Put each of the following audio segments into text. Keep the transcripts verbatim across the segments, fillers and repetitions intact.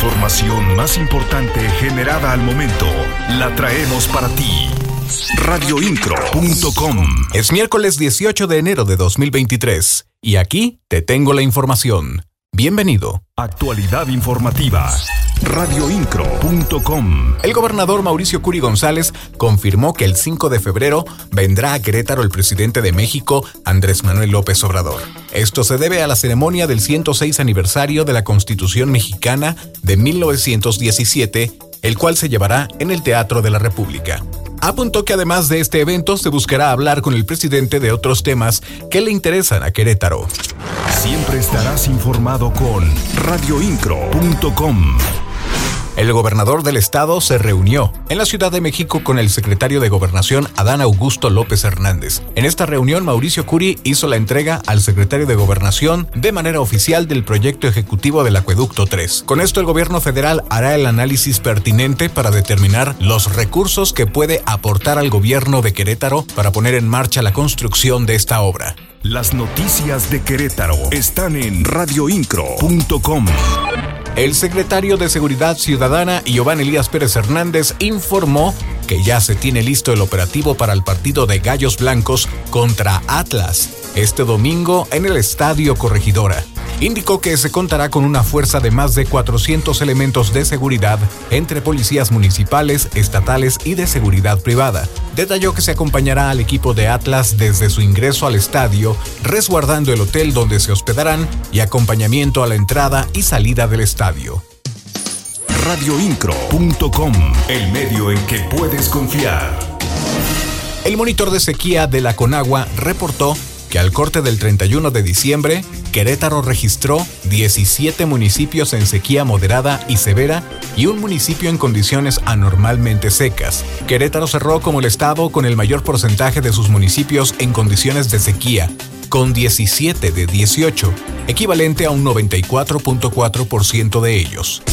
información más importante generada al momento la traemos para ti. radioincro punto com. Es miércoles dieciocho de enero de dos mil veintitrés y aquí te tengo la información. Bienvenido. Actualidad informativa. radioincro punto com. El gobernador Mauricio Curi González confirmó que el cinco de febrero vendrá a Querétaro el presidente de México, Andrés Manuel López Obrador. Esto se debe a la ceremonia del ciento seis aniversario de la Constitución Mexicana de mil novecientos diecisiete, el cual se llevará en el Teatro de la República. Apuntó que además de este evento se buscará hablar con el presidente de otros temas que le interesan a Querétaro. Siempre estarás informado con radioincro punto com. El gobernador del estado se reunió en la Ciudad de México con el secretario de Gobernación, Adán Augusto López Hernández. En esta reunión, Mauricio Curi hizo la entrega al secretario de Gobernación de manera oficial del proyecto ejecutivo del Acueducto tres. Con esto, el gobierno federal hará el análisis pertinente para determinar los recursos que puede aportar al gobierno de Querétaro para poner en marcha la construcción de esta obra. Las noticias de Querétaro están en radioincro punto com. El secretario de Seguridad Ciudadana, Iván Elías Pérez Hernández, informó que ya se tiene listo el operativo para el partido de Gallos Blancos contra Atlas, este domingo en el Estadio Corregidora. Indicó que se contará con una fuerza de más de cuatrocientos elementos de seguridad entre policías municipales, estatales y de seguridad privada. Detalló que se acompañará al equipo de Atlas desde su ingreso al estadio, resguardando el hotel donde se hospedarán y acompañamiento a la entrada y salida del estadio. radioincro punto com, el medio en que puedes confiar. El monitor de sequía de la Conagua reportó que al corte del treinta y uno de diciembre, Querétaro registró diecisiete municipios en sequía moderada y severa y un municipio en condiciones anormalmente secas. Querétaro cerró como el estado con el mayor porcentaje de sus municipios en condiciones de sequía, con diecisiete de dieciocho, equivalente a un noventa y cuatro punto cuatro por ciento de ellos.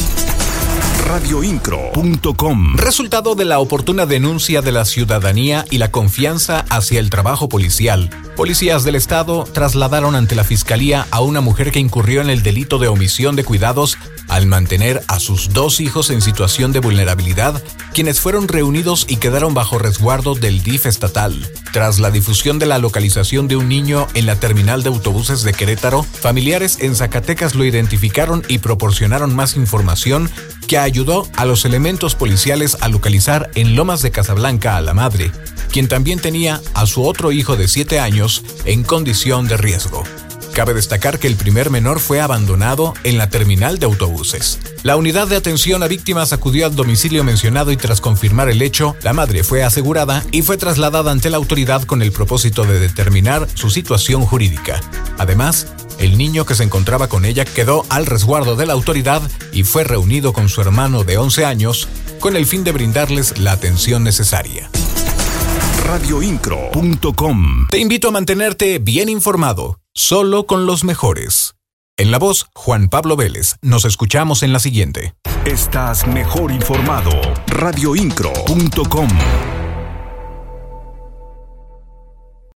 radioincro punto com. Resultado de la oportuna denuncia de la ciudadanía y la confianza hacia el trabajo policial, policías del estado trasladaron ante la fiscalía a una mujer que incurrió en el delito de omisión de cuidados al mantener a sus dos hijos en situación de vulnerabilidad, quienes fueron reunidos y quedaron bajo resguardo del D I F estatal. Tras la difusión de la localización de un niño en la terminal de autobuses de Querétaro, familiares en Zacatecas lo identificaron y proporcionaron más información que ayudó a los elementos policiales a localizar en Lomas de Casablanca a la madre, quien también tenía a su otro hijo de siete años en condición de riesgo. Cabe destacar que el primer menor fue abandonado en la terminal de autobuses. La unidad de atención a víctimas acudió al domicilio mencionado y tras confirmar el hecho, la madre fue asegurada y fue trasladada ante la autoridad con el propósito de determinar su situación jurídica. Además, el niño que se encontraba con ella quedó al resguardo de la autoridad y fue reunido con su hermano de once años con el fin de brindarles la atención necesaria. radioincro punto com. Te invito a mantenerte bien informado, solo con los mejores. En la voz, Juan Pablo Vélez. Nos escuchamos en la siguiente. Estás mejor informado. radioincro punto com.